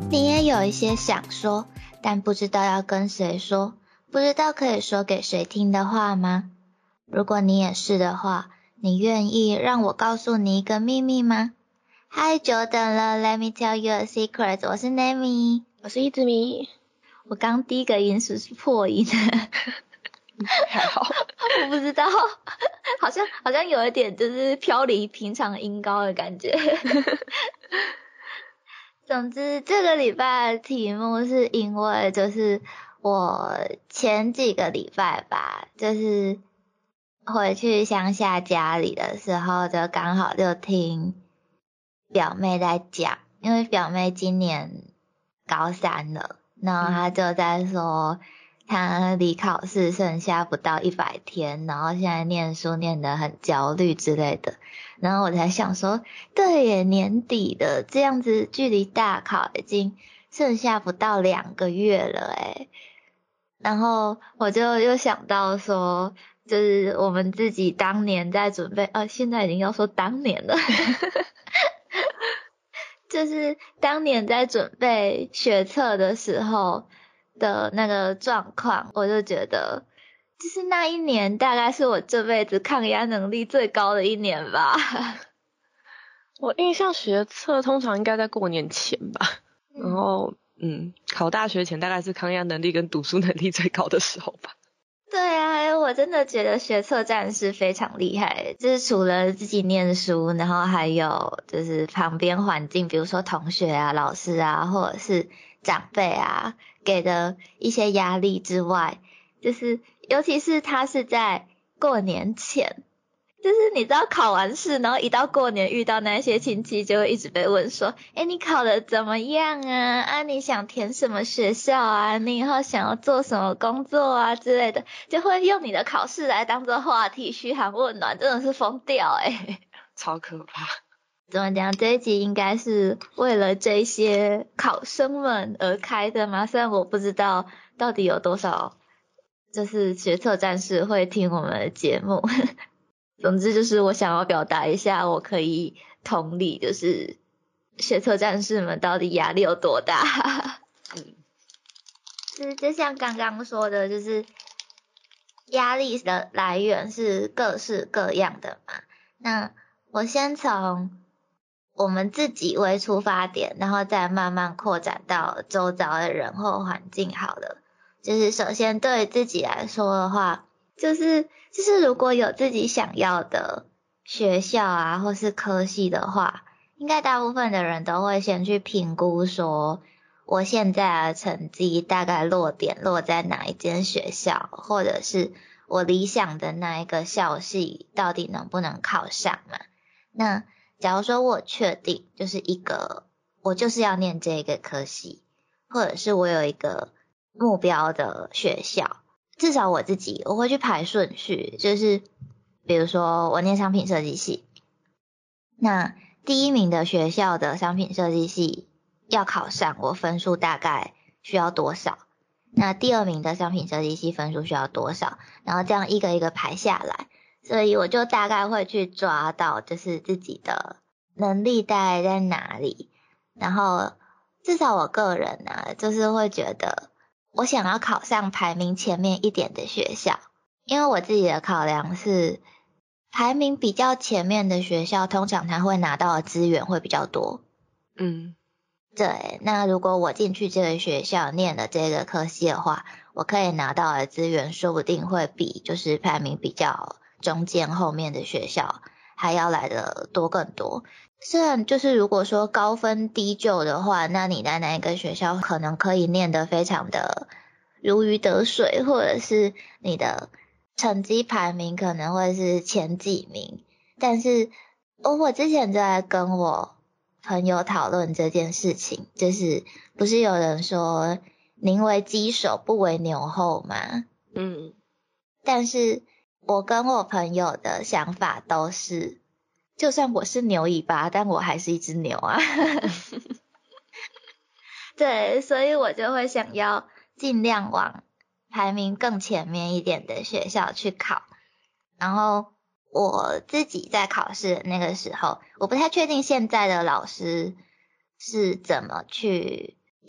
你也有一些想说，但不知道要跟谁说，不知道可以说给谁听的话吗？如果你也是的话，你愿意让我告诉你一个秘密吗？嗨，久等了 ，Let me tell you a secret， 我是 Nami， 我是一只米。 我刚第一个音是破音的还好我不知道，好像有一点就是飘离平常音高的感觉总之这个礼拜的题目是因为就是我前几个礼拜吧，就是回去乡下家里的时候，就刚好就听表妹在讲，因为表妹今年高3了，然后她就在说她离考试剩下不到100天，然后现在念书念得很焦虑之类的，然后我才想说，对耶，年底的这样子距离大考已经剩下不到2个月了诶，然后我就又想到说，就是我们自己当年在准备，现在已经要说当年了就是当年在准备学测的时候的那个状况，我就觉得就是那一年大概是我这辈子抗压能力最高的一年吧我印象学测通常应该在过年前吧，然后考大学前大概是抗压能力跟读书能力最高的时候吧。 对啊，我真的觉得学测战士非常厉害，就是除了自己念书，然后还有就是旁边环境，比如说同学啊、老师啊，或者是长辈啊给的一些压力之外，就是尤其是他是在过年前，就是你知道考完试，然后一到过年遇到那些亲戚，就会一直被问说，你考得怎么样啊？你想填什么学校啊？你以后想要做什么工作啊之类的，就会用你的考试来当做话题嘘寒问暖，真的是疯掉超可怕。 怎么讲？这一集应该是为了这些考生们而开的吗？虽然我不知道到底有多少就是学测战士会听我们的节目总之就是我想要表达一下，我可以同理，就是学测战士们到底压力有多大就像刚刚说的，就是压力的来源是各式各样的嘛。那我先从我们自己为出发点，然后再慢慢扩展到周遭的人或环境好了。就是首先对自己来说的话，就是如果有自己想要的学校啊或是科系的话，应该大部分的人都会先去评估说我现在的成绩大概落点落在哪一间学校，或者是我理想的那一个校系到底能不能考上嘛。那假如说我确定就是我就是要念这个科系，或者是我有一个目标的学校，至少我会去排顺序，就是比如说我念商品设计系，那第一名的学校的商品设计系要考上，我分数大概需要多少，那第二名的商品设计系分数需要多少，然后这样一个一个排下来，所以我就大概会去抓到就是自己的能力大概在哪里，然后至少我个人啊，就是会觉得我想要考上排名前面一点的学校，因为我自己的考量是排名比较前面的学校通常他会拿到的资源会比较多。对，那如果我进去这个学校念了这个科系的话，我可以拿到的资源说不定会比就是排名比较中间后面的学校还要来的多更多。虽然就是如果说高分低就的话，那你在那一个学校可能可以念得非常的如鱼得水，或者是你的成绩排名可能会是前几名，但是我之前就在跟我朋友讨论这件事情，就是不是有人说宁为鸡首不为牛后吗？但是我跟我朋友的想法都是，就算我是牛尾巴，但我还是一只牛啊对，所以我就会想要尽量往排名更前面一点的学校去考。然后我自己在考试的那个时候，我不太确定现在的老师是怎么去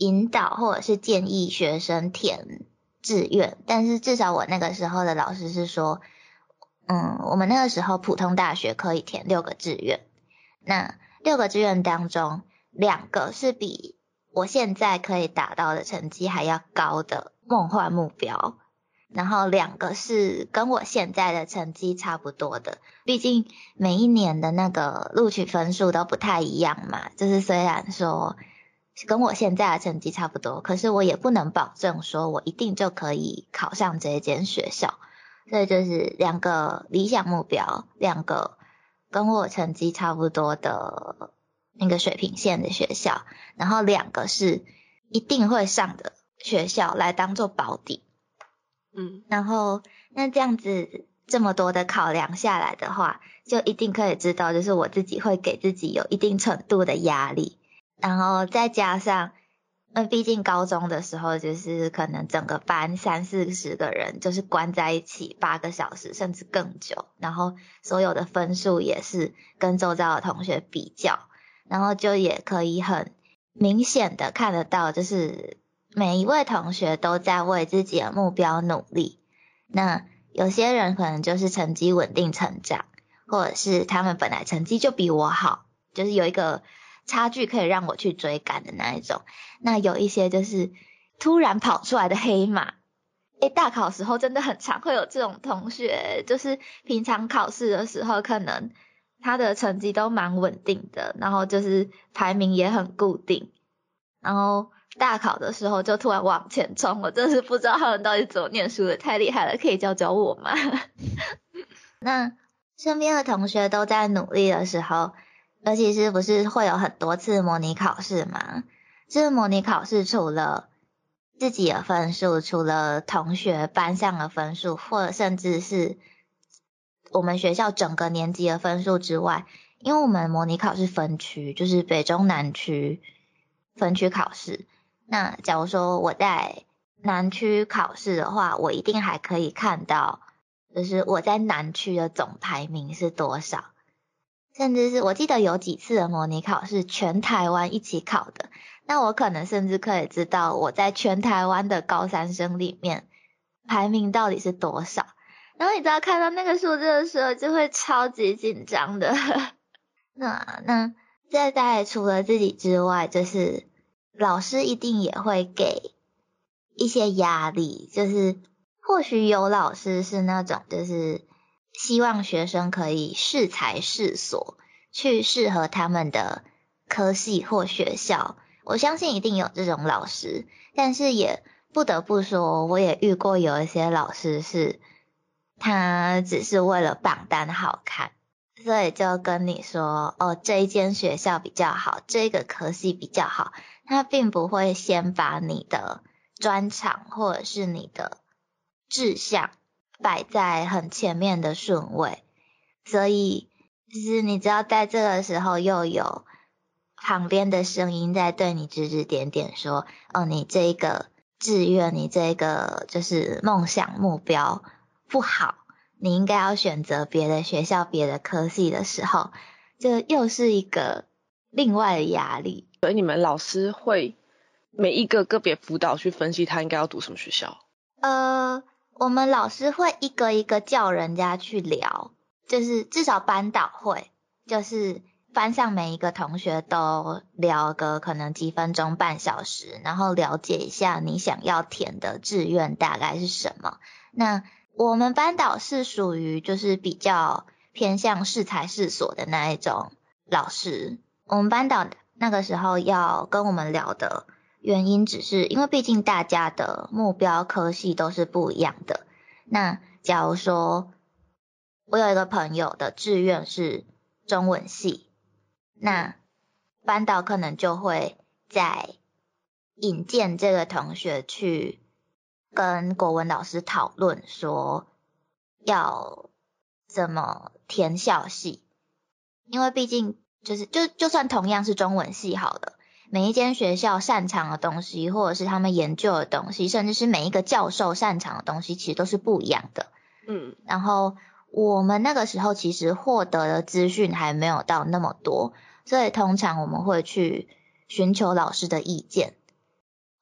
引导或者是建议学生填志愿，但是至少我那个时候的老师是说，我们那个时候普通大学可以填6个志愿，那6个志愿当中2个是比我现在可以达到的成绩还要高的梦幻目标，然后2个是跟我现在的成绩差不多的，毕竟每一年的那个录取分数都不太一样嘛，就是虽然说跟我现在的成绩差不多，可是我也不能保证说我一定就可以考上这一间学校，所以就是2个理想目标，2个跟我成绩差不多的那个水平线的学校，然后2个是一定会上的学校来当做保底。然后那这样子这么多的考量下来的话，就一定可以知道就是我自己会给自己有一定程度的压力，然后再加上毕竟高中的时候就是可能整个班30-40个人就是关在一起8个小时甚至更久，然后所有的分数也是跟周遭的同学比较，然后就也可以很明显的看得到就是每一位同学都在为自己的目标努力，那有些人可能就是成绩稳定成长，或者是他们本来成绩就比我好，就是有一个差距可以让我去追赶的那一种，那有一些就是突然跑出来的黑马，大考时候真的很常会有这种同学，就是平常考试的时候可能他的成绩都蛮稳定的，然后就是排名也很固定，然后大考的时候就突然往前冲，我真是不知道他们到底怎么念书的，太厉害了，可以教教我吗？那身边的同学都在努力的时候，尤其是不是会有很多次模拟考试吗？这模拟考试除了自己的分数，除了同学班上的分数，或者甚至是我们学校整个年级的分数之外，因为我们模拟考试分区，就是北中南区分区考试，那假如说我在南区考试的话，我一定还可以看到就是我在南区的总排名是多少，甚至是我记得有几次的模拟考是全台湾一起考的，那我可能甚至可以知道我在全台湾的高三生里面排名到底是多少，然后你知道看到那个数字的时候就会超级紧张的。那再在除了自己之外，就是老师一定也会给一些压力，就是或许有老师是那种就是希望学生可以适才适所，去适合他们的科系或学校，我相信一定有这种老师，但是也不得不说，我也遇过有一些老师是他只是为了榜单好看，所以就跟你说这一间学校比较好，这个科系比较好，他并不会先把你的专长或者是你的志向摆在很前面的顺位，所以就是你知道在这个时候又有旁边的声音在对你指指点点说你这一个志愿，你这个就是梦想目标不好，你应该要选择别的学校别的科系的时候，就又是一个另外的压力。 所以你们老师会每一个个别辅导去分析他应该要读什么学校？ 我们老师会一个一个叫人家去聊，就是至少班导会，就是班上每一个同学都聊个可能几分钟半小时，然后了解一下你想要填的志愿大概是什么。那我们班导是属于就是比较偏向适才适所的那一种老师，我们班导那个时候要跟我们聊的原因只是因为毕竟大家的目标科系都是不一样的，那假如说我有一个朋友的志愿是中文系，那班导可能就会在引荐这个同学去跟国文老师讨论说要怎么填校系，因为毕竟就算同样是中文系好了，每一间学校擅长的东西，或者是他们研究的东西，甚至是每一个教授擅长的东西，其实都是不一样的。然后我们那个时候其实获得的资讯还没有到那么多，所以通常我们会去寻求老师的意见。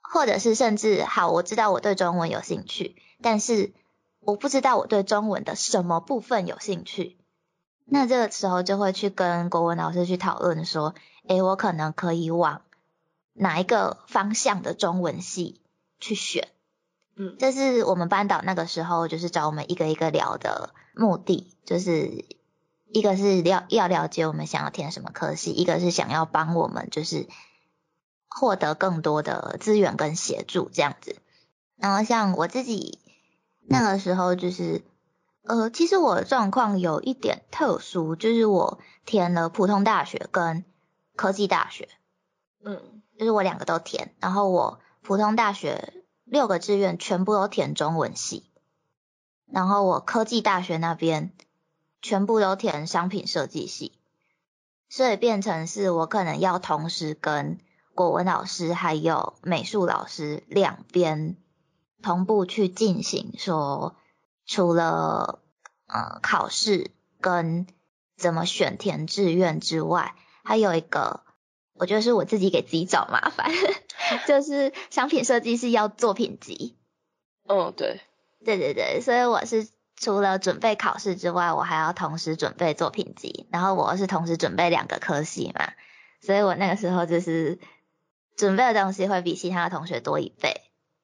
或者是甚至好，我知道我对中文有兴趣，但是我不知道我对中文的什么部分有兴趣。那这个时候就会去跟国文老师去讨论说，我可能可以往哪一个方向的中文系去选。这是我们班导那个时候就是找我们一个一个聊的目的，就是一个是要了解我们想要填什么科系，一个是想要帮我们就是获得更多的资源跟协助这样子。然后像我自己那个时候就是其实我的状况有一点特殊，就是我填了普通大学跟科技大学，就是我2个都填，然后我普通大学6个志愿全部都填中文系，然后我科技大学那边全部都填商品设计系，所以变成是我可能要同时跟国文老师还有美术老师两边同步去进行，说除了考试跟怎么选填志愿之外，还有一个我觉得是我自己给自己找麻烦就是商品设计是要作品集。 对对对，所以我是除了准备考试之外，我还要同时准备作品集，然后我是同时准备2个科系嘛，所以我那个时候就是准备的东西会比其他的同学多1倍。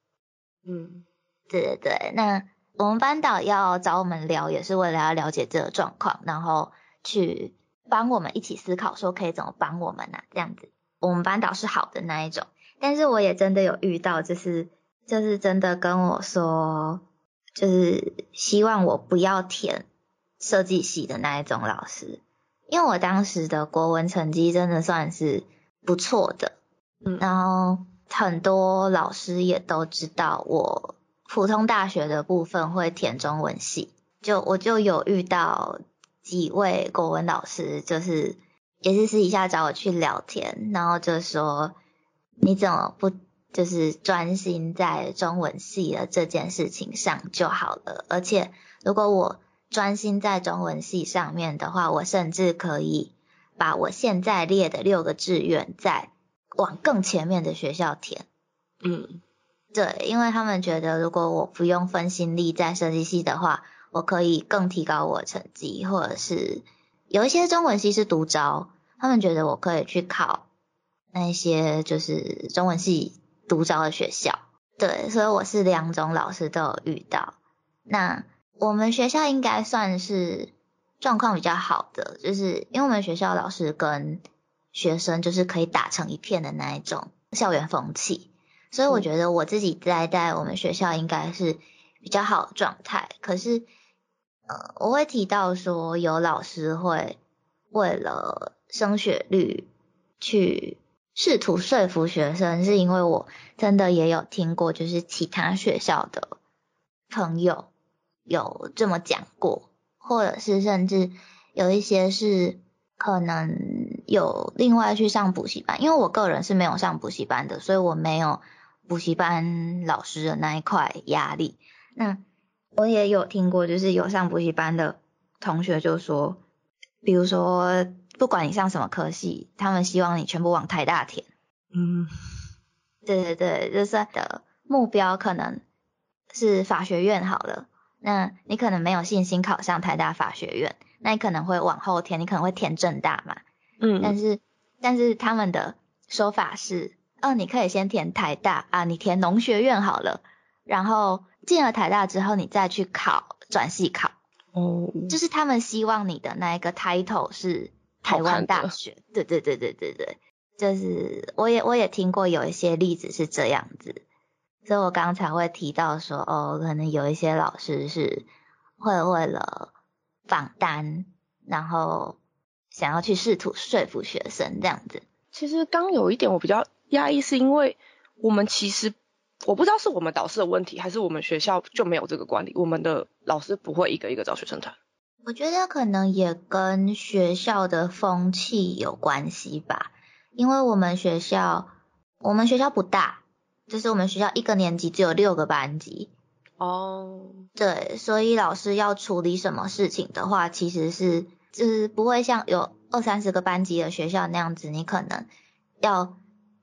对对，那我们班导要找我们聊也是为了要了解这个状况，然后去帮我们一起思考说可以怎么帮我们这样子。我们班导是好的那一种，但是我也真的有遇到就是真的跟我说就是希望我不要填设计系的那一种老师，因为我当时的国文成绩真的算是不错的，然后很多老师也都知道我普通大学的部分会填中文系，我就有遇到几位国文老师，就是也是私底下找我去聊天，然后就说你怎么不就是专心在中文系的这件事情上就好了，而且如果我专心在中文系上面的话，我甚至可以把我现在列的6个志愿再往更前面的学校填。对，因为他们觉得如果我不用分心力在设计系的话，我可以更提高我的成绩，或者是有一些中文系是独招，他们觉得我可以去考那一些就是中文系独招的学校。对，所以我是2种老师都有遇到。那我们学校应该算是状况比较好的，就是因为我们学校老师跟学生就是可以打成一片的那一种校园风气，所以我觉得我自己在我们学校应该是比较好的状态。可是我会提到说有老师会为了升学率去试图说服学生，是因为我真的也有听过就是其他学校的朋友有这么讲过，或者是甚至有一些是可能有另外去上补习班，因为我个人是没有上补习班的，所以我没有补习班老师的那一块压力。那我也有听过就是有上补习班的同学就说，比如说不管你上什么科系，他们希望你全部往台大填。对对对，就是的目标可能是法学院好了，那你可能没有信心考上台大法学院，那你可能会往后填，你可能会填政大嘛。但是他们的说法是你可以先填台大你填农学院好了，然后进了台大之后你再去考转系考。就是他们希望你的那一个 title 是台湾大学。对对对对对对，就是我也听过有一些例子是这样子，所以我刚才会提到说可能有一些老师是会为了榜单然后想要去试图说服学生这样子。 其实刚有一点我比较压抑，是因为我们其实我不知道是我们导师的问题，还是我们学校就没有这个管理，我们的老师不会一个一个找学生谈。 我觉得可能也跟学校的风气有关系吧，因为我们学校不大，就是我们学校1个年级只有6个班级。对，所以老师要处理什么事情的话，其实是就是不会像有20-30个班级的学校那样子，你可能要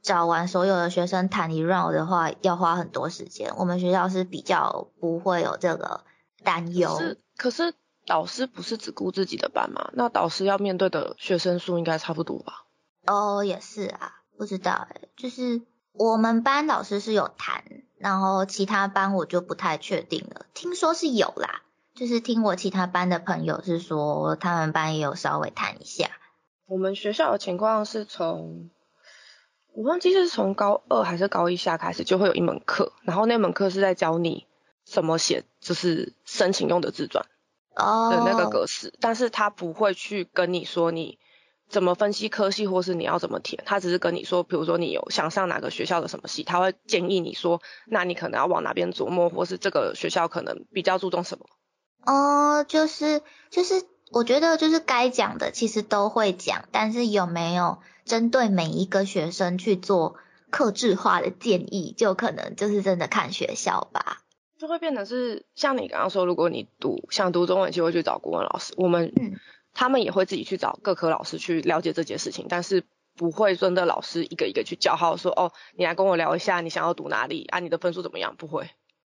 找完所有的学生谈一 round 的话，要花很多时间。我们学校是比较不会有这个担忧。 可是导师不是只顾自己的班吗？那导师要面对的学生数应该差不多吧？ 哦，也是啊，不知道就是我们班老师是有谈，然后其他班我就不太确定了。听说是有啦，就是听我其他班的朋友是说，他们班也有稍微谈一下。 我们学校的情况是我忘记是从高2还是高1下开始就会有一门课，然后那门课是在教你怎么写就是申请用的自传的那个格式，但是他不会去跟你说你怎么分析科系或是你要怎么填，他只是跟你说比如说你有想上哪个学校的什么系，他会建议你说那你可能要往哪边琢磨，或是这个学校可能比较注重什么。 就是我觉得就是该讲的其实都会讲，但是有没有针对每一个学生去做客制化的建议，就可能就是真的看学校吧。 就会变成是像你刚刚说，如果你想读中文系会去找国文老师，他们也会自己去找各科老师去了解这件事情，但是不会真的老师一个一个去叫号说哦，你来跟我聊一下你想要读哪里啊，你的分数怎么样，不会。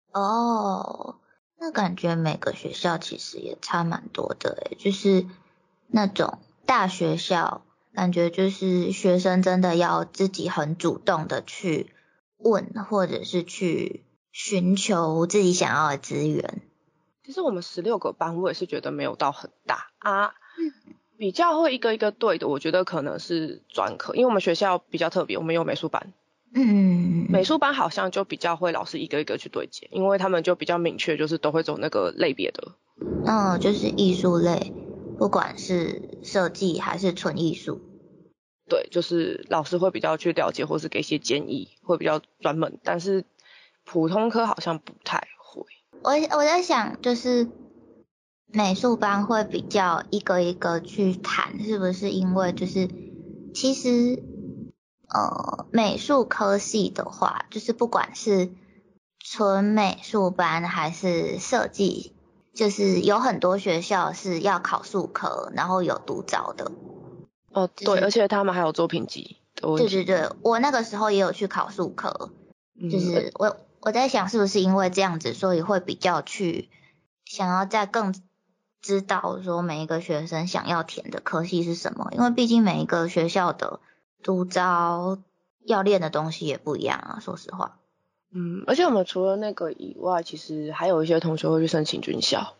那感觉每个学校其实也差蛮多的就是那种大学校，感觉就是学生真的要自己很主动的去问，或者是去寻求自己想要的资源。 其实我们16个班，我也是觉得没有到很大啊。比较会一个一个对的，我觉得可能是专科，因为我们学校比较特别，我们有美术班。美术班好像就比较会老师一个一个去对接，因为他们就比较明确，就是都会走那个类别的。 就是艺术类，不管是设计还是纯艺术。 对，就是老师会比较去了解，或是给一些建议，会比较专门，但是普通科好像不太会。 我在想，就是美术班会比较一个一个去谈，是不是因为就是其实美术科系的话，就是不管是纯美术班还是设计，就是有很多学校是要考数科，然后有独招的。 对，而且他们还有作品集的问题。 对，我那个时候也有去考数科，就是我在想是不是因为这样子，所以会比较去想要再更知道说每一个学生想要填的科系是什么，因为毕竟每一个学校的独招要练的东西也不一样啊，说实话。 而且我们除了那个以外，其实还有一些同学会去申请军校。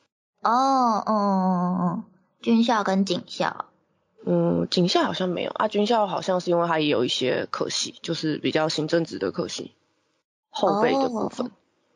军校跟警校。 警校好像没有啊，军校好像是因为它也有一些科系，就是比较行政职的科系，后备的部分。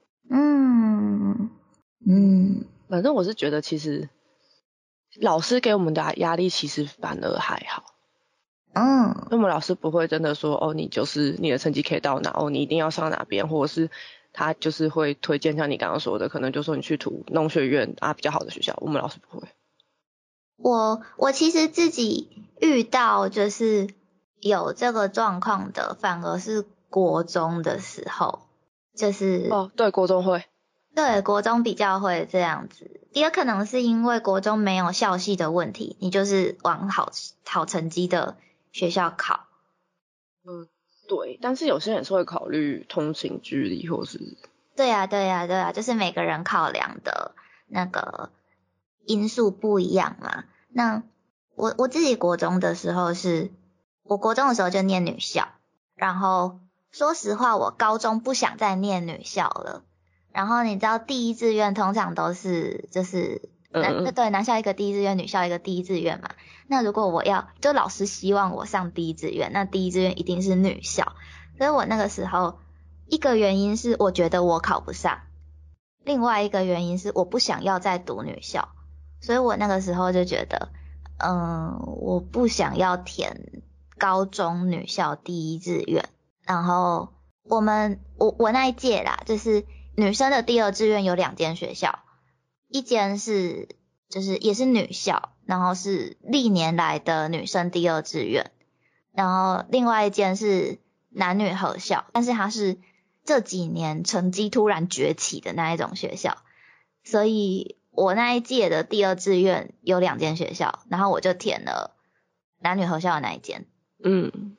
反正我是觉得其实老师给我们的压力其实反而还好。那么老师不会真的说你就是你的成绩可以到哪你一定要上哪边，或者是他就是会推荐像你刚刚说的，可能就说你去读农学院比较好的学校，我们老师不会。 我其实自己遇到就是有这个状况的，反而是国中的时候，就是对，国中会。 对，国中比较会这样子。第二可能是因为国中没有校系的问题，你就是往好成绩的学校考。 对，但是有些人是会考虑通勤距离或是。 对啊，就是每个人考量的那个因素不一样嘛。那我自己国中的时候我国中的时候就念女校，然后说实话我高中不想再念女校了。然后你知道第一志愿通常都是就是对，男校一个第一志愿，女校一个第一志愿嘛。那如果就老师希望我上第一志愿，那第一志愿一定是女校。所以我那个时候一个原因是我觉得我考不上，另外一个原因是我不想要再读女校。所以我那个时候就觉得我不想要填高中女校第一志愿。然后我那一届啦，就是女生的第二志愿有2间学校，一间是就是也是女校，然后是历年来的女生第二志愿，然后另外一间是男女合校，但是它是这几年成绩突然崛起的那一种学校。所以我那一届的第二志愿有2间学校，然后我就填了男女合校的那一间。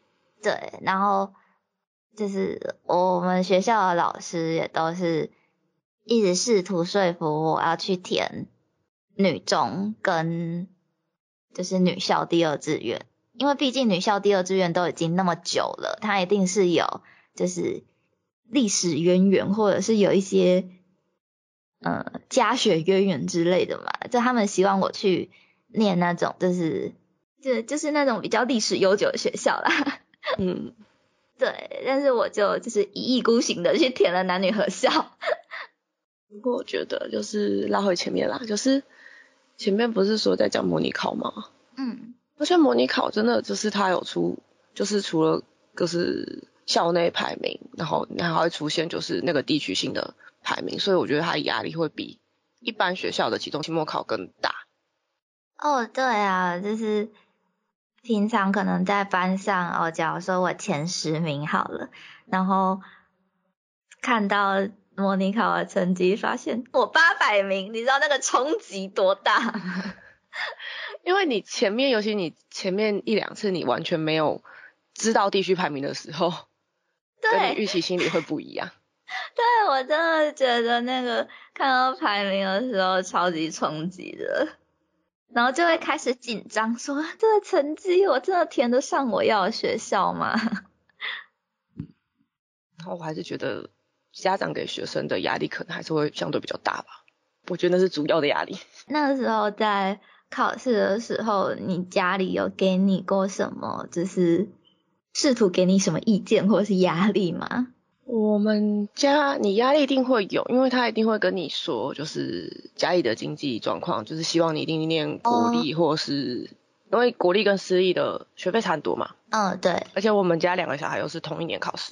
对，然后就是我们学校的老师也都是一直试图说服我要去填女中跟就是女校第二志愿，因为毕竟女校第二志愿都已经那么久了，它一定是有就是历史渊源，或者是有一些家学渊源之类的嘛，就他们希望我去念那种就是那种比较历史悠久的学校啦。 嗯， 对，但是我就是一意孤行的去填了男女合校。 不过我觉得就是拉回前面啦，就是前面不是说在讲模拟考吗？而且模拟考真的就是它有就是除了就是校内排名，然后还会出现就是那个地区性的排名，所以我觉得它压力会比一般学校的期末考更大。 哦，对啊，就是平常可能在班上假如说我前10名好了，然后看到模拟考的成绩，发现我800名，你知道那个冲击多大吗？ 因为你尤其你前面一两次你完全没有知道地区排名的时候，跟你预期心理会不一样。 对，我真的觉得那个看到排名的时候超级冲击的，然后就会开始紧张，说这个成绩我真的填得上我要的学校吗？ 然后我还是觉得家长给学生的压力可能还是会相对比较大吧，我觉得那是主要的压力。 那个时候在考试的时候，你家里有给你过什么，就是试图给你什么意见或者是压力吗？ 我们家你压力一定会有，因为他一定会跟你说，就是家里的经济状况，就是希望你一定念国立，或是因为国立跟私立的学费差很多嘛。 对。 而且我们家2个小孩又是同一年考试。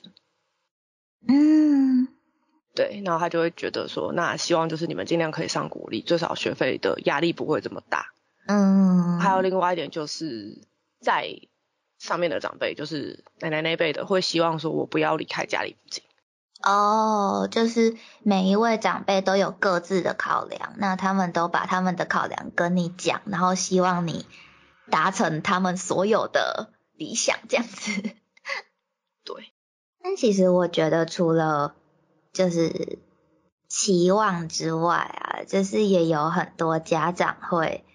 对，然后他就会觉得说，那希望就是你们尽量可以上国立，最少学费的压力不会这么大。还有另外一点就是在上面的长辈，就是奶奶那辈的，会希望说我不要离开家里附近。 就是每一位长辈都有各自的考量，那他们都把他们的考量跟你讲，然后希望你达成他们所有的理想这样子。 对。 但其实我觉得除了就是期望之外啊，就是也有很多家长会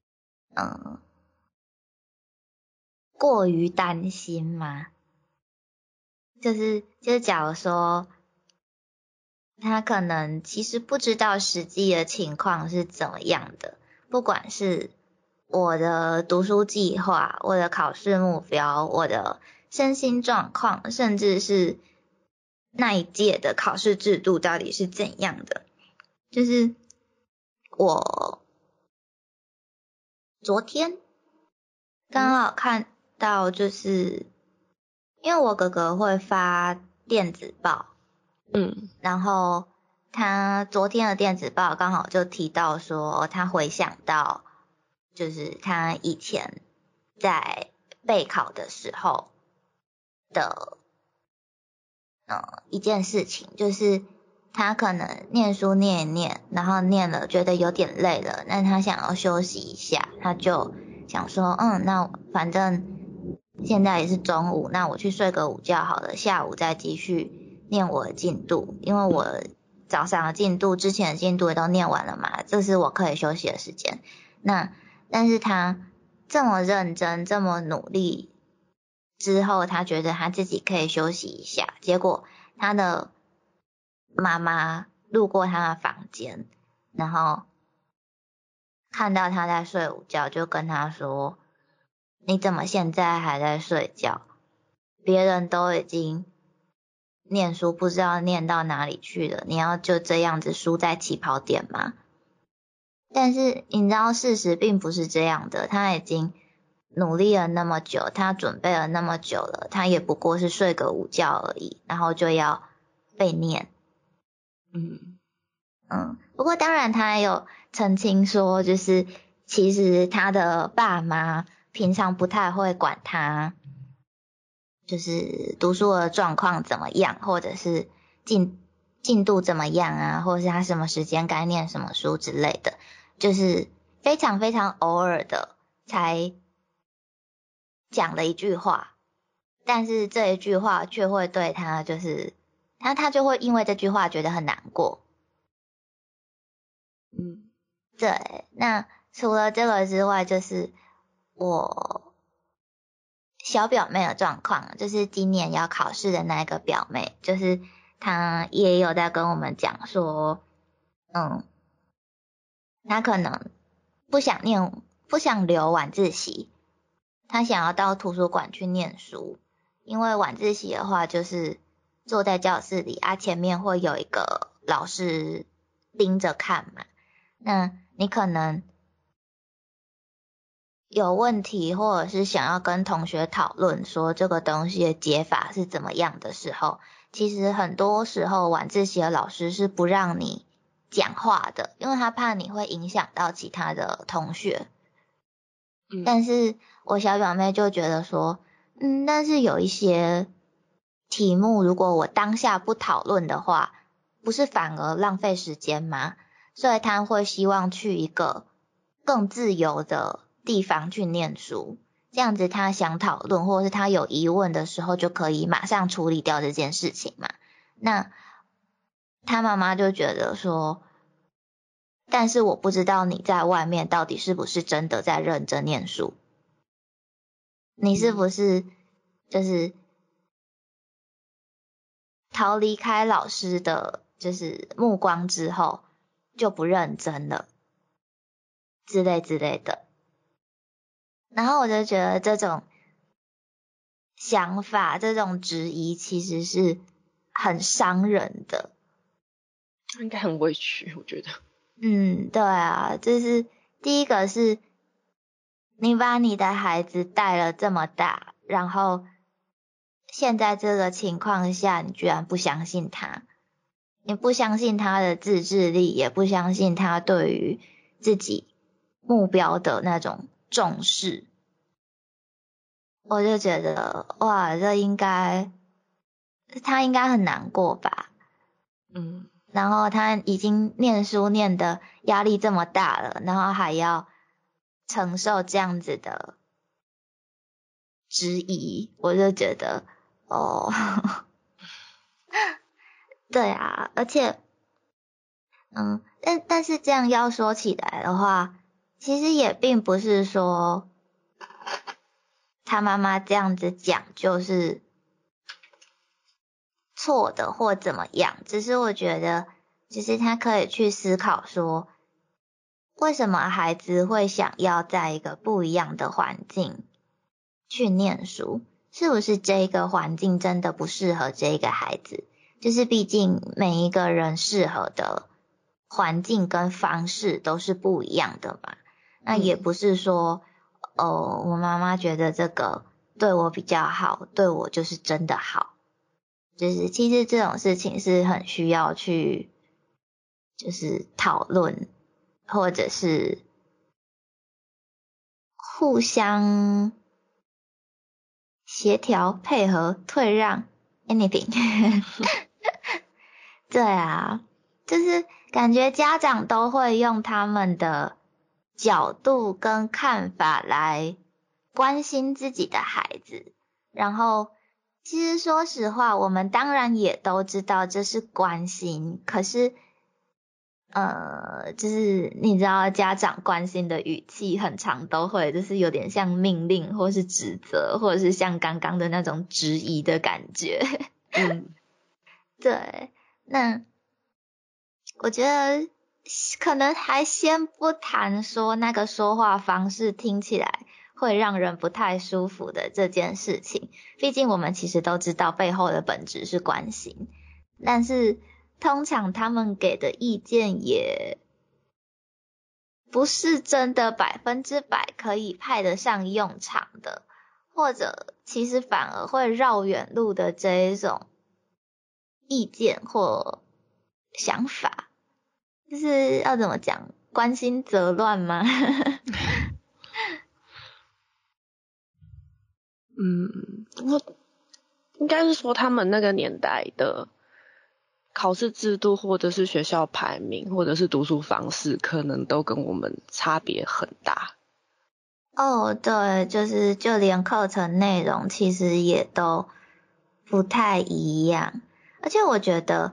过于担心嘛，就是假如说他可能其实不知道实际的情况是怎么样的，不管是我的读书计划、我的考试目标、我的身心状况，甚至是那一届的考试制度到底是怎样的。就是我昨天刚好看到，就是因为我哥哥会发电子报，然后他昨天的电子报刚好就提到说，他回想到就是他以前在备考的时候的一件事情，就是他可能念书念一念，然后念了觉得有点累了，那他想要休息一下，他就想说那反正现在也是中午，那我去睡个午觉好了，下午再继续念我的进度，因为我早上的进度之前的进度也都念完了嘛，这是我可以休息的时间。但是他这么认真这么努力之后，他觉得他自己可以休息一下，结果他的妈妈路过他的房间，然后看到他在睡午觉，就跟他说，你怎么现在还在睡觉？别人都已经念书不知道念到哪里去了，你要就这样子输在起跑点吗？但是你知道事实并不是这样的，他已经努力了那么久，他准备了那么久了，他也不过是睡个午觉而已，然后就要被念。不过当然他有澄清说，就是其实他的爸妈平常不太会管他，就是读书的状况怎么样，或者是进度怎么样啊，或者是他什么时间该念什么书之类的，就是非常非常偶尔的才讲了一句话， 但是这一句话却会对他就是他就会因为这句话觉得很难过。对，那除了这个之外，就是我小表妹的状况，就是今年要考试的那个表妹，就是她也有在跟我们讲说，她可能不想留晚自习，她想要到图书馆去念书，因为晚自习的话就是坐在教室里啊，前面会有一个老师盯着看嘛，那你可能有问题，或者是想要跟同学讨论说这个东西的解法是怎么样的时候，其实很多时候晚自习的老师是不让你讲话的，因为他怕你会影响到其他的同学。但是我小表妹就觉得说，但是有一些题目如果我当下不讨论的话，不是反而浪费时间吗？所以她会希望去一个更自由的地方去念书，这样子他想讨论或者是他有疑问的时候就可以马上处理掉这件事情嘛。那他妈妈就觉得说，但是我不知道你在外面到底是不是真的在认真念书，你是不是就是逃离开老师的就是目光之后就不认真了之类之类的。然后我就觉得这种想法，这种质疑其实是很伤人的。 应该很委屈，我觉得。 对啊，就是第一个是你把你的孩子带了这么大，然后现在这个情况下你居然不相信他，你不相信他的自制力，也不相信他对于自己目标的那种重视。我就觉得哇，他应该很难过吧。然后他已经念书念的压力这么大了，然后还要承受这样子的质疑，我就觉得对啊，而且但是这样要说起来的话，其实也并不是说他妈妈这样子讲就是错的或怎么样，只是我觉得其实他可以去思考说，为什么孩子会想要在一个不一样的环境去念书，是不是这个环境真的不适合这个孩子，就是毕竟每一个人适合的环境跟方式都是不一样的嘛。那也不是说我妈妈觉得这个对我比较好，对我就是真的好，就是其实这种事情是很需要去就是讨论，或者是互相协调配合退让 anything 对啊，就是感觉家长都会用他们的角度跟看法来关心自己的孩子，然后其实说实话，我们当然也都知道这是关心，可是就是你知道家长关心的语气很常都会就是有点像命令或是指责，或者是像刚刚的那种质疑的感觉。对，那我觉得可能还先不谈说那个说话方式听起来会让人不太舒服的这件事情，毕竟我们其实都知道背后的本质是关心，但是通常他们给的意见也不是真的100%可以派得上用场的，或者其实反而会绕远路的这一种意见或想法，就是要怎么讲，关心则乱吗？ 应该是说他们那个年代的考试制度，或者是学校排名，或者是读书方式，可能都跟我们差别很大。 哦，对，就是就连课程内容其实也都不太一样，而且我觉得，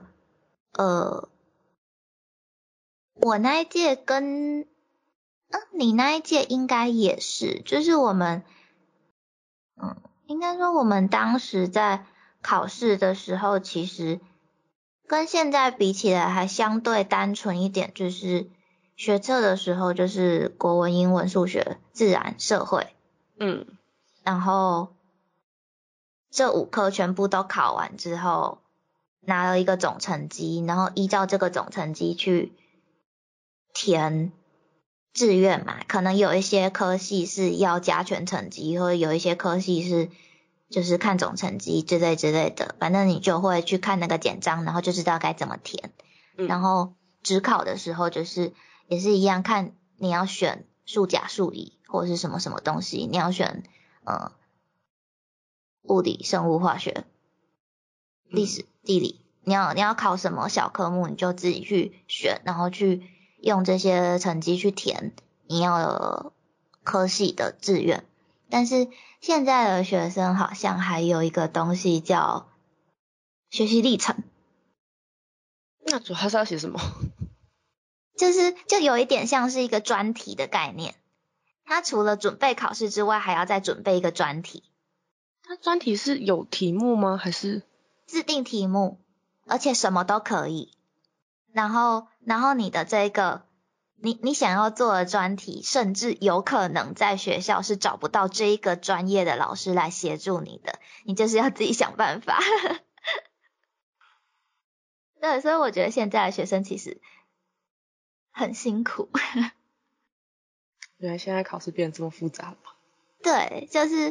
我那一届跟，你那一届应该也是，就是我们，应该说我们当时在考试的时候，其实跟现在比起来还相对单纯一点，就是学测的时候就是国文、英文、数学、自然、社会，然后这5科全部都考完之后，拿了一个总成绩，然后依照这个总成绩去填志愿嘛，可能有一些科系是要加权成绩，或者有一些科系是就是看总成绩之类之类的，反正你就会去看那个简章，然后就知道该怎么填。然后指考的时候就是也是一样，看你要选数甲数乙或者是什么什么东西，你要选物理、生物、化学、历史、地理，你要考什么小科目，你就自己去选，然后去用这些成绩去填你要的科系的志愿。但是现在的学生好像还有一个东西叫学习历程， 那主要是要写什么？ 就有一点像是一个专题的概念，他除了准备考试之外，还要再准备一个专题。 它专题是有题目吗？还是制定题目，而且什么都可以。然后你的这个你想要做的专题，甚至有可能在学校是找不到这一个专业的老师来协助你的，你就是要自己想办法。对，所以我觉得现在的学生其实很辛苦。 原来现在考试变得这么复杂了？ 对，就是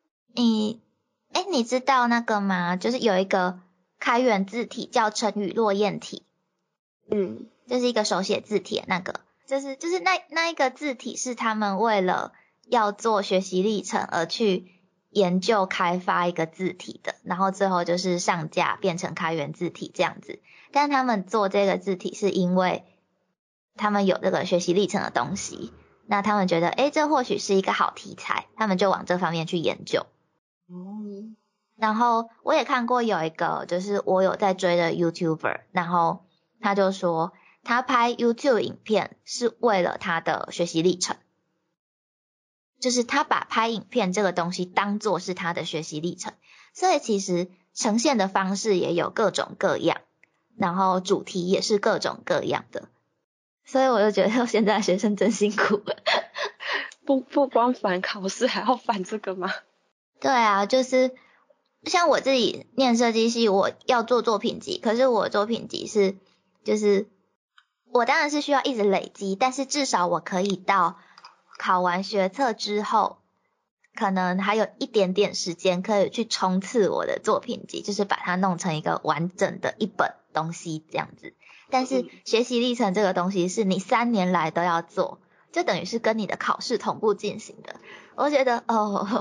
你知道那个吗？就是有一个开源字体叫成语落雁体，就是一个手写字体那个，就是那一个字体是他们为了要做学习历程而去研究开发一个字体的，然后最后就是上架变成开源字体这样子。但他们做这个字体是因为他们有这个学习历程的东西，那他们觉得这或许是一个好题材，他们就往这方面去研究。然后我也看过有一个就是我有在追的 YouTuber， 然后他就说他拍 YouTube 影片是为了他的学习历程，就是他把拍影片这个东西当作是他的学习历程，所以其实呈现的方式也有各种各样，然后主题也是各种各样的，所以我就觉得现在的学生真辛苦。 不光烦考试，还要烦这个吗？ 对啊，就是像我自己念设计系，我要做作品集，可是我作品集就是我当然是需要一直累积，但是至少我可以到考完学测之后，可能还有一点点时间可以去冲刺我的作品集，就是把它弄成一个完整的一本东西这样子。但是学习历程这个东西是你3年来都要做，就等于是跟你的考试同步进行的。我觉得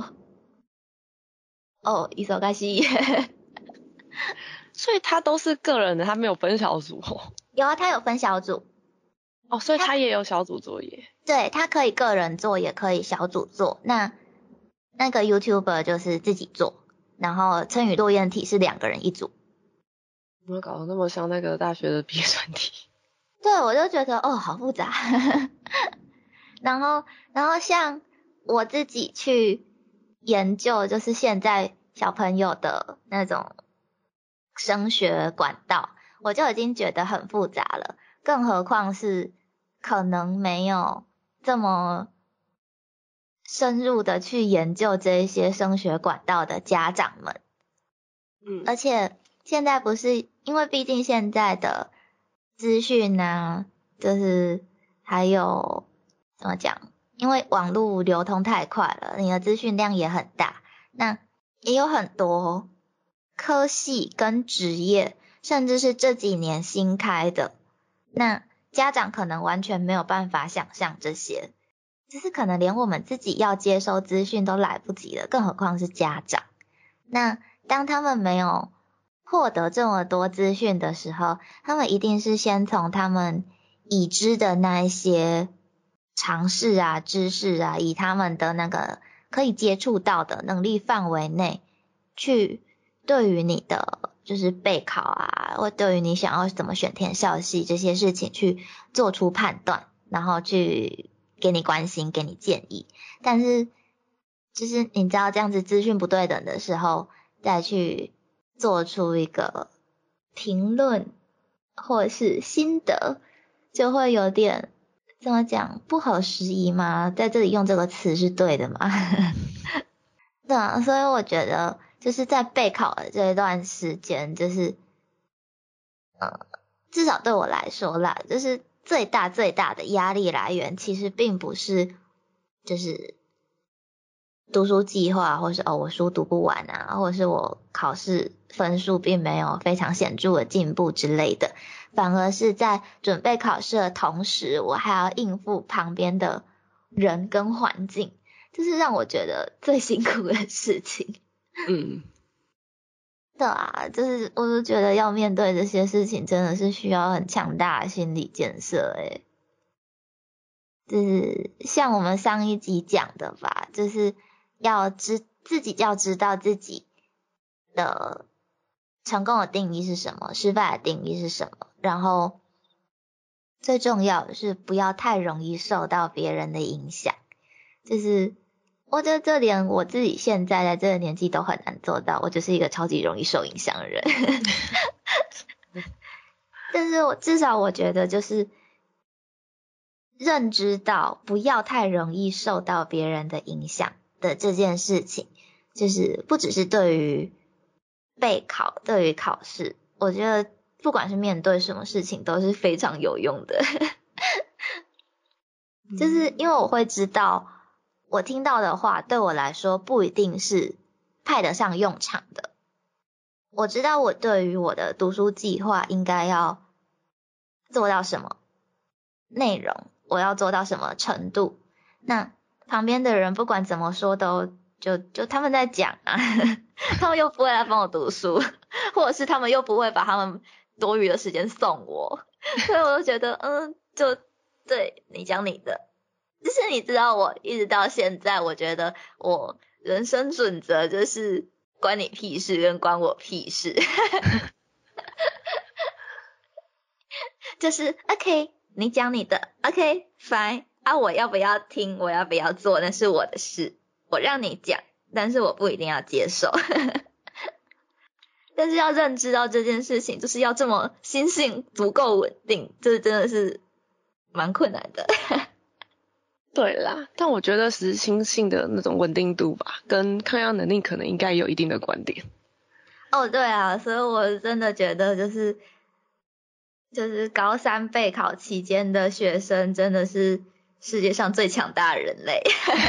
忙しい。 所以他都是个人的，他没有分小组哦。 有啊，他有分小组。 所以他也有小组作业。 对，他可以个人做，也可以小组做。那个 YouTuber 就是自己做，然后成语落雁体是2个人一组。 怎么搞得那么像那个大学的毕业专题？ 对，我就觉得好复杂。然后像我自己去研究，就是现在小朋友的那种升学管道，我就已经觉得很复杂了，更何况是可能没有这么深入的去研究这一些升学管道的家长们。而且现在不是，因为毕竟现在的资讯啊，就是还有怎么讲，因为网络流通太快了，你的资讯量也很大，那也有很多科系跟职业，甚至是这几年新开的，那家长可能完全没有办法想象这些，就是可能连我们自己要接收资讯都来不及了，更何况是家长。那当他们没有获得这么多资讯的时候，他们一定是先从他们已知的那一些尝试啊、知识啊，以他们的那个可以接触到的能力范围内，去对于你的就是备考啊，或对于你想要怎么选填校系这些事情去做出判断，然后去给你关心、给你建议。但是就是你知道这样子资讯不对等的时候，再去做出一个评论或者是心得，就会有点怎么讲不合时宜吗？在这里用这个词是对的吗？对啊，所以我觉得就是在备考的这一段时间，就是至少对我来说啦，就是最大的压力来源，其实并不是就是读书计划，或是我书读不完啊，或者是我考试分数并没有非常显著的进步之类的，反而是在准备考试的同时，我还要应付旁边的人跟环境，这是让我觉得最辛苦的事情。对啊，就是我就觉得要面对这些事情，真的是需要很强大的心理建设诶。就是像我们上一集讲的吧，就是自己要知道自己的成功的定义是什么，失败的定义是什么，然后最重要的是不要太容易受到别人的影响。就是我觉得这连我自己现在这个年纪都很难做到，我就是一个超级容易受影响的人。但是至少我觉得就是认知到不要太容易受到别人的影响的这件事情，就是不只是对于备考，对于考试，我觉得不管是面对什么事情都是非常有用的。就是因为我会知道我听到的话对我来说不一定是派得上用场的，我知道我对于我的读书计划应该要做到什么内容，我要做到什么程度，那旁边的人不管怎么说都就他们在讲啊，他们又不会来帮我读书，或者是他们又不会把他们多余的时间送我，所以我就觉得就对你讲你的，就是你知道我一直到现在，我觉得我人生准则就是关你屁事跟关我屁事。就是 OK， 你讲你的 OK fine 啊，我要不要听，我要不要做，那是我的事，我让你讲，但是我不一定要接受。但是要认知到这件事情，就是要这么心性足够稳定，这真的是蛮困难的。 对啦，但我觉得是心性的那种稳定度吧，跟抗压能力可能应该有一定的关联。 对啊，所以我真的觉得就是高三备考期间的学生真的是世界上最强大的人类。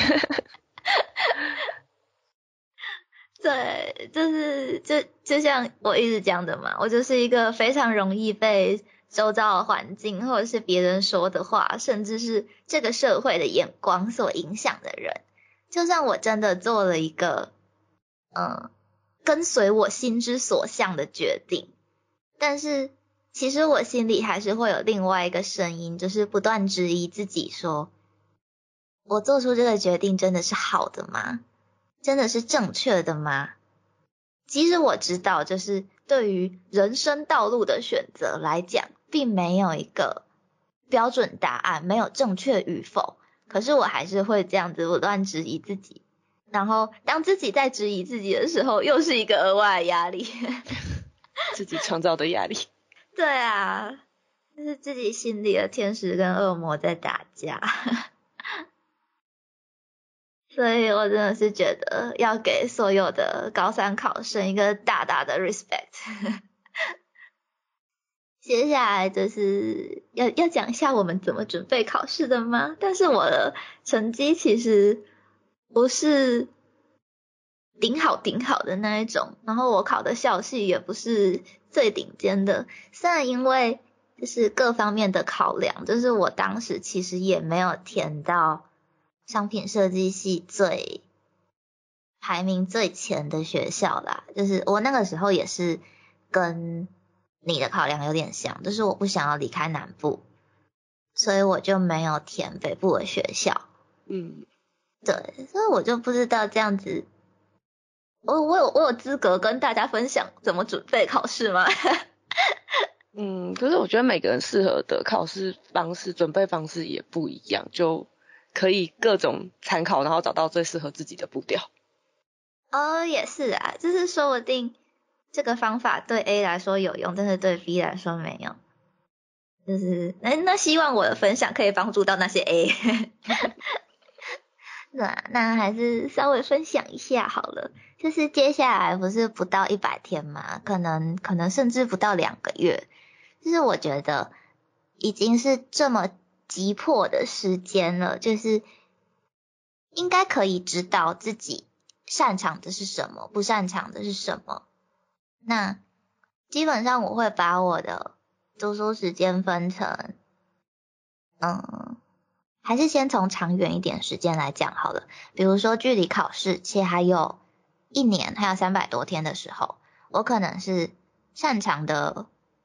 对，就像我一直讲的嘛，我就是一个非常容易被周遭的环境或者是别人说的话，甚至是这个社会的眼光所影响的人。就算我真的做了一个跟随我心之所向的决定，但是其实我心里还是会有另外一个声音，就是不断质疑自己说，我做出这个决定真的是好的吗？真的是正确的吗？其实我知道，就是对于人生道路的选择来讲，并没有一个标准答案，没有正确与否。可是我还是会这样子不断质疑自己，然后当自己在质疑自己的时候，又是一个额外的压力。 自己创造的压力。 对啊，就是自己心里的天使跟恶魔在打架。所以我真的是觉得要给所有的高三考生一个大大的 respect。接下来就是要讲一下我们怎么准备考试的吗？但是我的成绩其实不是顶好的那一种，然后我考的校系也不是最顶尖的，虽然因为就是各方面的考量，就是我当时其实也没有填到商品设计系排名最前的学校啦，就是我那个时候也是跟你的考量有点像，就是我不想要离开南部， 所以我就没有填北部的学校。对，所以我就不知道这样子，我有资格跟大家分享怎么准备考试吗？ 可是我觉得每个人适合的考试方式、准备方式也不一样，就可以各种参考，然后找到最适合自己的步调。 也是啊，就是说不定这个方法对 A 来说有用，但是对 B 来说没有。就是那希望我的分享可以帮助到那些 A。那还是稍微分享一下好了。就是接下来不是不到100天嘛，可能甚至不到2个月。就是我觉得已经是这么急迫的时间了，就是应该可以知道自己擅长的是什么，不擅长的是什么。那基本上我会把我的读书时间分成，还是先从长远一点时间来讲好了。比如说距离考试其实还有1年，还有300多天的时候，我可能是擅长的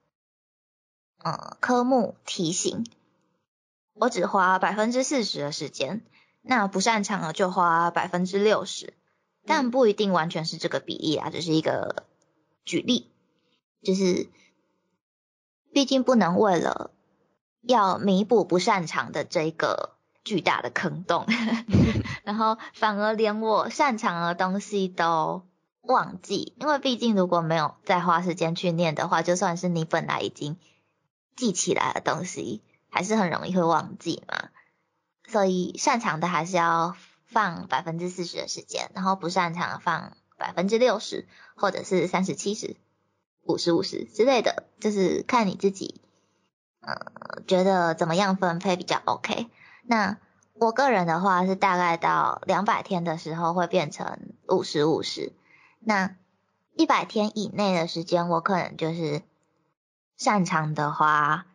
科目题型，我只花40%的时间，那不擅长的就花60%，但不一定完全是这个比例啊，只是一个举例，就是毕竟不能为了要弥补不擅长的这个巨大的坑洞，然后反而连我擅长的东西都忘记，因为毕竟如果没有再花时间去念的话，就算是你本来已经记起来的东西，还是很容易会忘记嘛。所以擅长的还是要放40%的时间，然后不擅长的放60%，或者是30-70、50-50之类的，就是看你自己觉得怎么样分配比较 OK。那我个人的话是大概到200天的时候会变成50-50，那100天以内的时间我可能就是擅长的话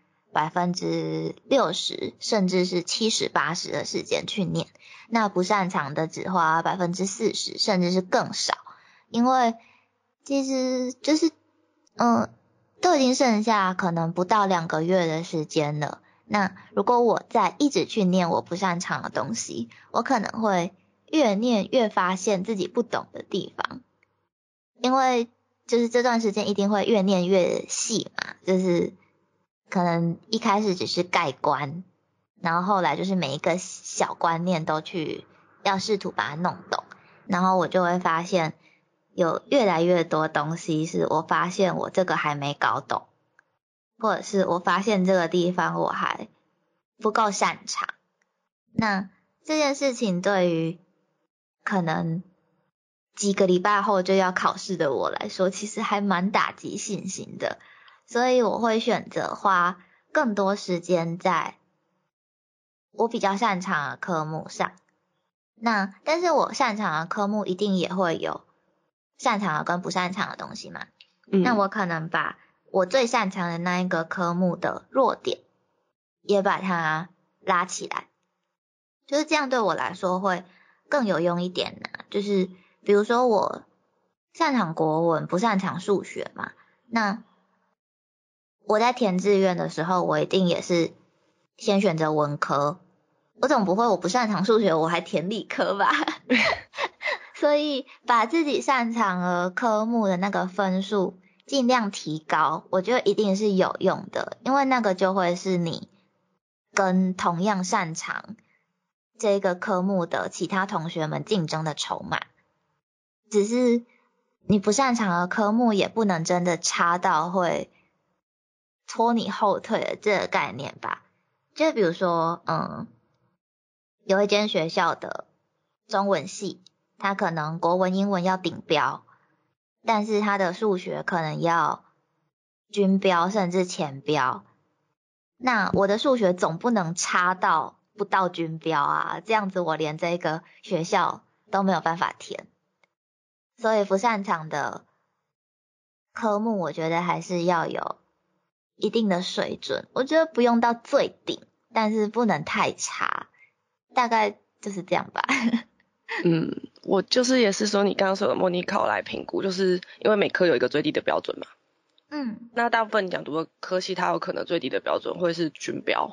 60%甚至是70-80的时间去念，那不擅长的只花40%甚至是更少，因为其实就是都已经剩下可能不到2个月的时间了。那如果我再一直去念我不擅长的东西，我可能会越念越发现自己不懂的地方，因为就是这段时间一定会越念越细嘛，就是可能一开始只是概观，然后后来就是每一个小观念都去要试图把它弄懂，然后我就会发现有越来越多东西是我发现我这个还没搞懂，或者是我发现这个地方我还不够擅长。那这件事情对于可能几个礼拜后就要考试的我来说，其实还蛮打击信心的，所以我会选择花更多时间在我比较擅长的科目上。那但是我擅长的科目一定也会有擅长的跟不擅长的东西嘛。那我可能把我最擅长的那一个科目的弱点也把它拉起来，就是这样对我来说会更有用一点啊。就是比如说我擅长国文不擅长数学嘛，那我在填志愿的时候我一定也是先选择文科，我总不会我不擅长数学我还填理科吧。所以把自己擅长的科目的那个分数尽量提高，我觉得一定是有用的，因为那个就会是你跟同样擅长这个科目的其他同学们竞争的筹码。只是你不擅长的科目也不能真的差到会拖你后腿的这个概念吧。就比如说有一间学校的中文系，他可能国文英文要顶标，但是他的数学可能要均标甚至前标，那我的数学总不能差到不到均标啊，这样子我连这个学校都没有办法填。所以不擅长的科目我觉得还是要有一定的水准，我觉得不用到最顶，但是不能太差，大概就是这样吧。 我就是也是说你刚刚说的模拟考来评估，就是因为每科有一个最低的标准嘛。那大部分你讲读的科系它有可能最低的标准会是均标。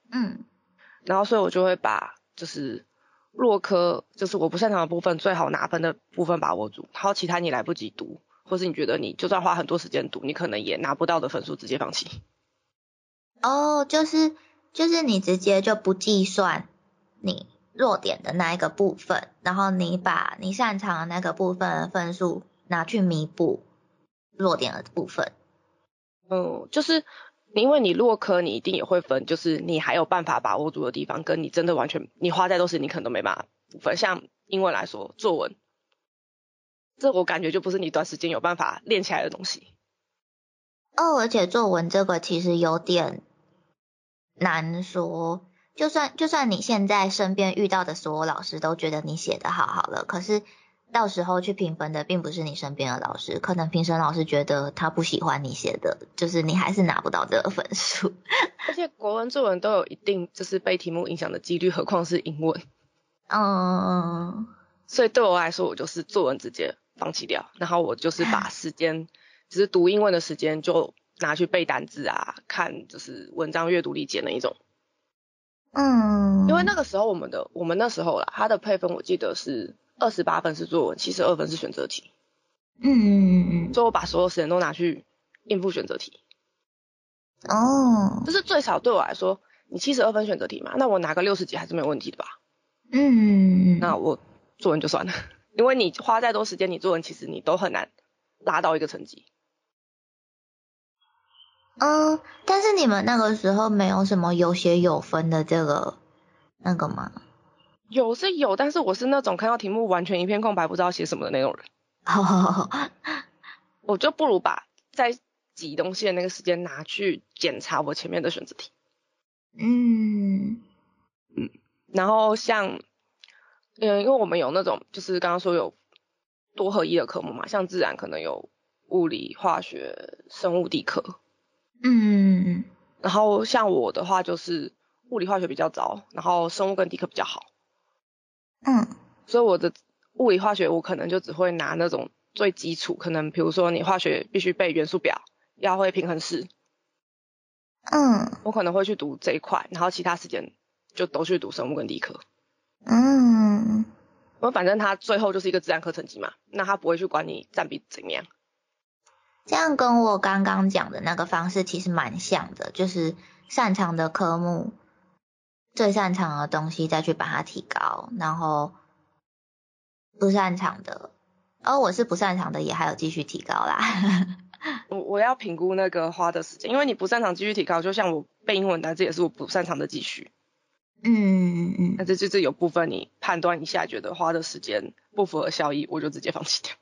然后所以我就会把就是弱科，就是我不擅长的部分，最好拿分的部分把握住，然后其他你来不及读，或是你觉得你就算花很多时间读，你可能也拿不到的分数，直接放弃。 哦，就是你直接就不计算你弱点的那一个部分，然后你把你擅长的那个部分的分数拿去弥补弱点的部分。 就是因为你弱科，你一定也会分，就是你还有办法把握住的地方，跟你真的完全你花再多时间，你可能都没办法补分。像英文来说，作文，这我感觉就不是你短时间有办法练起来的东西。 而且作文这个其实有点难说，就算你现在身边遇到的所有老师都觉得你写得好了，可是到时候去评分的并不是你身边的老师，可能评审老师觉得他不喜欢你写的，就是你还是拿不到这个分数。 而且国文、作文都有一定就是被题目影响的几率，何况是英文。所以对我来说，我就是作文直接放弃掉，然后我就是把时间，只是读英文的时间就拿去背单字啊，看就是文章阅读理解那一种。因为那个时候我们那时候啦，它的配分我记得是28分是作文，72分是选择题。所以我把所有时间都拿去应付选择题。就是最少对我来说，你72分选择题嘛，那我拿个60几还是没有问题的吧？那我作文就算了，因为你花再多时间，你作文其实你都很难拉到一个成绩。 但是你们那个时候没有什么有写有分的这个那个吗？ 有是有，但是我是那种看到题目完全一片空白不知道写什么的那种人。我就不如把在挤东西的那个时间拿去检查我前面的选择题。然后像因为我们有那种就是刚刚说有多合一的科目嘛，像自然可能有物理、化学、生物、地科。然后像我的话就是物理化学比较糟，然后生物跟地科比较好。所以我的物理化学我可能就只会拿那种最基础，可能比如说你化学必须背元素表，要会平衡式。我可能会去读这一块，然后其他时间就都去读生物跟地科。反正他最后就是一个自然科成绩嘛，那他不会去管你占比怎么样。 这样跟我刚刚讲的那个方式其实蛮像的，就是擅长的科目最擅长的东西再去把它提高，然后不擅长的我是不擅长的也还有继续提高啦。 我要评估那个花的时间，因为你不擅长继续提高，就像我背英文单词也是我不擅长的继续。那这就是有部分你判断一下觉得花的时间不符合效益，我就直接放弃掉。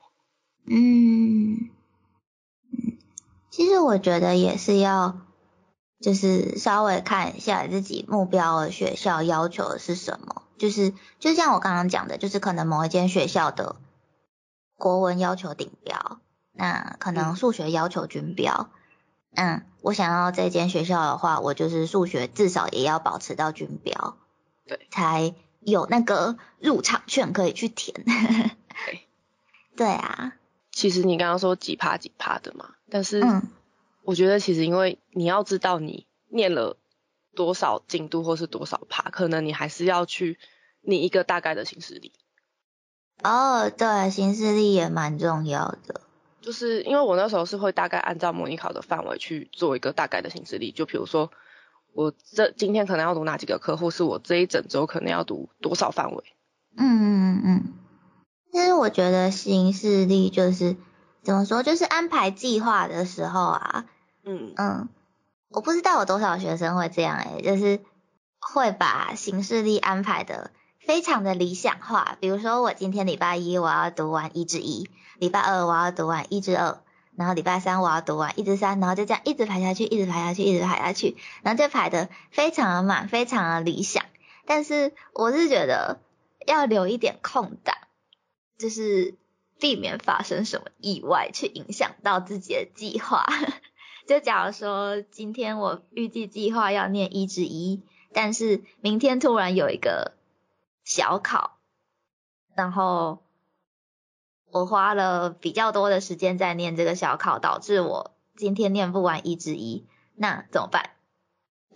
其实我觉得也是要就是稍微看一下自己目标的学校要求的是什么，就像我刚刚讲的，就是可能某一间学校的国文要求顶标，那可能数学要求均标。我想要这间学校的话，我就是数学至少也要保持到均标， 对， 才有那个入场券可以去填。对啊。 其实你刚刚说几趴的嘛，但是我觉得其实因为你要知道你念了多少进度或是多少趴，可能你还是要去拟一个大概的行事历。 对，行事历也蛮重要的。 就是因为我那时候是会大概按照模拟考的范围去做一个大概的行事历，就比如说我今天可能要读哪几个科，或是我这一整周可能要读多少范围。 其实我觉得行事历就是怎么说，就是安排计划的时候啊，我不知道有多少学生会这样就是会把行事历安排的非常的理想化。比如说我今天礼拜一我要读完1至1，礼拜二我要读完1至2，然后礼拜三我要读完1至3，然后就这样一直排下去，一直排下去，一直排下去，然后就排的非常的满，非常的理想。但是我是觉得要留一点空档，就是避免发生什么意外去影响到自己的计划。就假如说今天我预计计划要念1至1，但是明天突然有一个小考，然后我花了比较多的时间在念这个小考，导致我今天念不完1至1，那怎么办？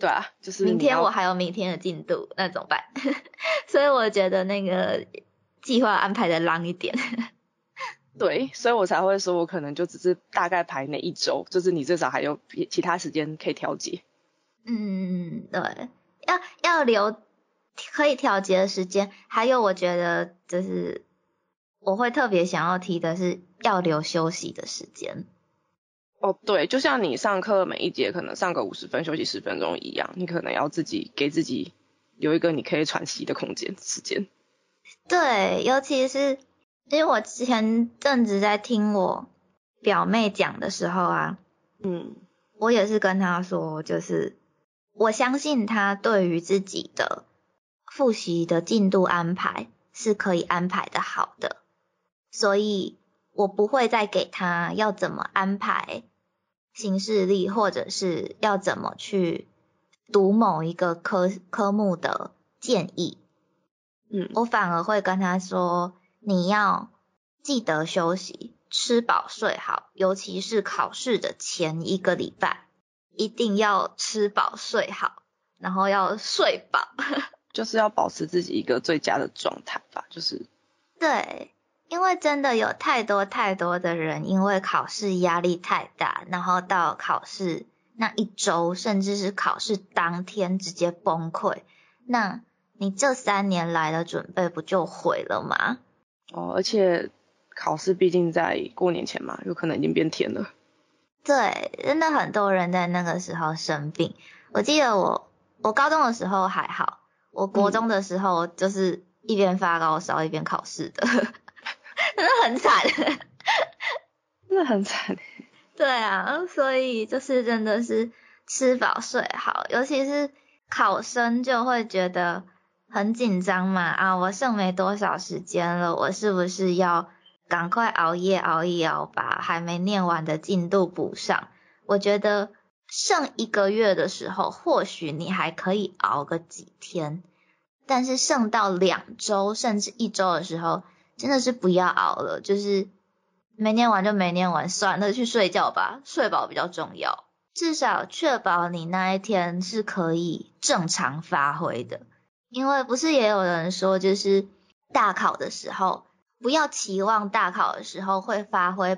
对啊，就是明天我还有明天的进度，那怎么办？所以我觉得那个计划安排的浪一点。 对，所以我才会说我可能就只是大概排哪一周，就是你至少还有其他时间可以调节。 对，要留可以调节的时间，还有我觉得就是我会特别想要提的是要留休息的时间。 哦，对，就像你上课每一节可能上个50分休息10分钟一样，你可能要给自己有一个你可以喘息的时间。 对，尤其是因为我前阵子在听我表妹讲的时候啊，我也是跟她说，就是我相信她对于自己的复习的进度安排是可以安排的好的，所以我不会再给她要怎么安排行事历，或者是要怎么去读某一个科目的建议。我反而会跟她说，你要记得休息，吃饱睡好，尤其是考试的前1个礼拜，一定要吃饱睡好，然后要睡饱。 就是要保持自己一个最佳的状态吧，就是对，因为真的有太多太多的人因为考试压力太大，然后到考试那一周，甚至是考试当天直接崩溃，那你这3年来的准备不就毁了吗？ 而且考试毕竟在过年前嘛，有可能已经变天了。 对，真的很多人在那个时候生病。我记得我高中的时候还好，我国中的时候就是一边发高烧一边考试的，真的很惨。 真的很惨。 对啊，所以就是真的是吃饱睡好，尤其是考生就会觉得很紧张嘛，我剩没多少时间了，我是不是要赶快熬夜熬一熬，把还没念完的进度补上？我觉得剩1个月的时候，或许你还可以熬个几天，但是剩到2周甚至1周的时候，真的是不要熬了，就是没念完就没念完，算了，去睡觉吧，睡饱比较重要，至少确保你那一天是可以正常发挥的。因为不是也有人说，就是大考的时候不要期望大考的时候会发挥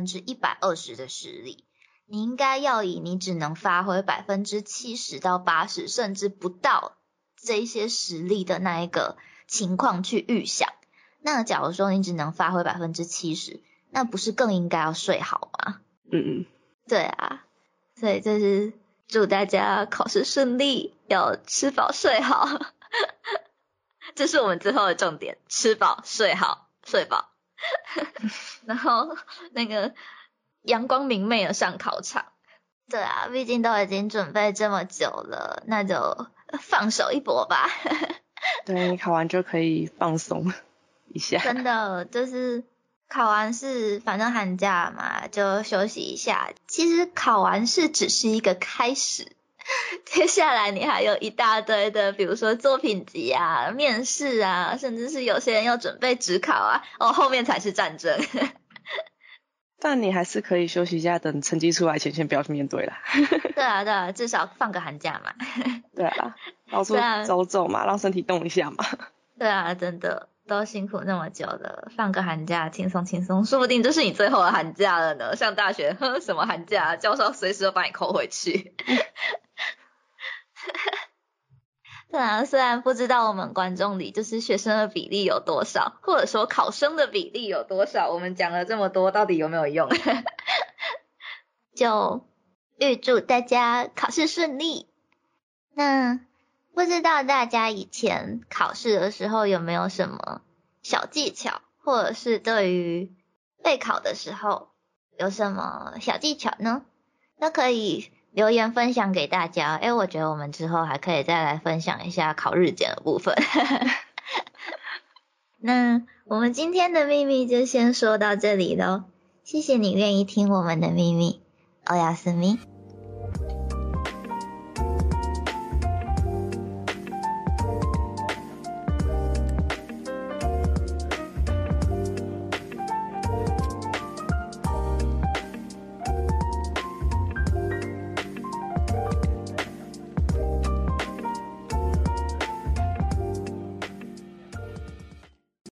120%的实力，你应该要以你只能发挥70%到80%甚至不到这些实力的那一个情况去预想。那假如说你只能发挥70%，那不是更应该要睡好吗？对啊，所以就是祝大家考试顺利，要吃饱睡好。这是我们最后的重点，吃饱睡好，睡饱。然后那个阳光明媚的上考场。对啊，毕竟都已经准备这么久了，那就放手一搏吧。 对，你考完就可以放松一下。 真的，就是考完试反正寒假嘛，就休息一下。其实考完试只是一个开始，接下来你还有一大堆的，比如说作品集啊、面试啊，甚至是有些人要准备指考啊，后面才是战争。 但你还是可以休息一下，等成绩出来前先不要去面对啦。 对啊，至少放个寒假嘛。 对啊，到处走走嘛，让身体动一下嘛。对啊，真的都辛苦那么久了，放个寒假轻松轻松，说不定这是你最后的寒假了呢。上大学什么寒假，教授随时都把你扣回去。对啊，虽然不知道我们观众里就是学生的比例有多少，或者说考生的比例有多少，我们讲了这么多，到底有没有用？就预祝大家考试顺利。那不知道大家以前考试的时候有没有什么小技巧，或者是对于备考的时候有什么小技巧呢？那可以留言分享给大家。我觉得我们之后还可以再来分享一下考日检的部分。那我们今天的秘密就先说到这里咯，谢谢你愿意听我们的秘密。おやすみ。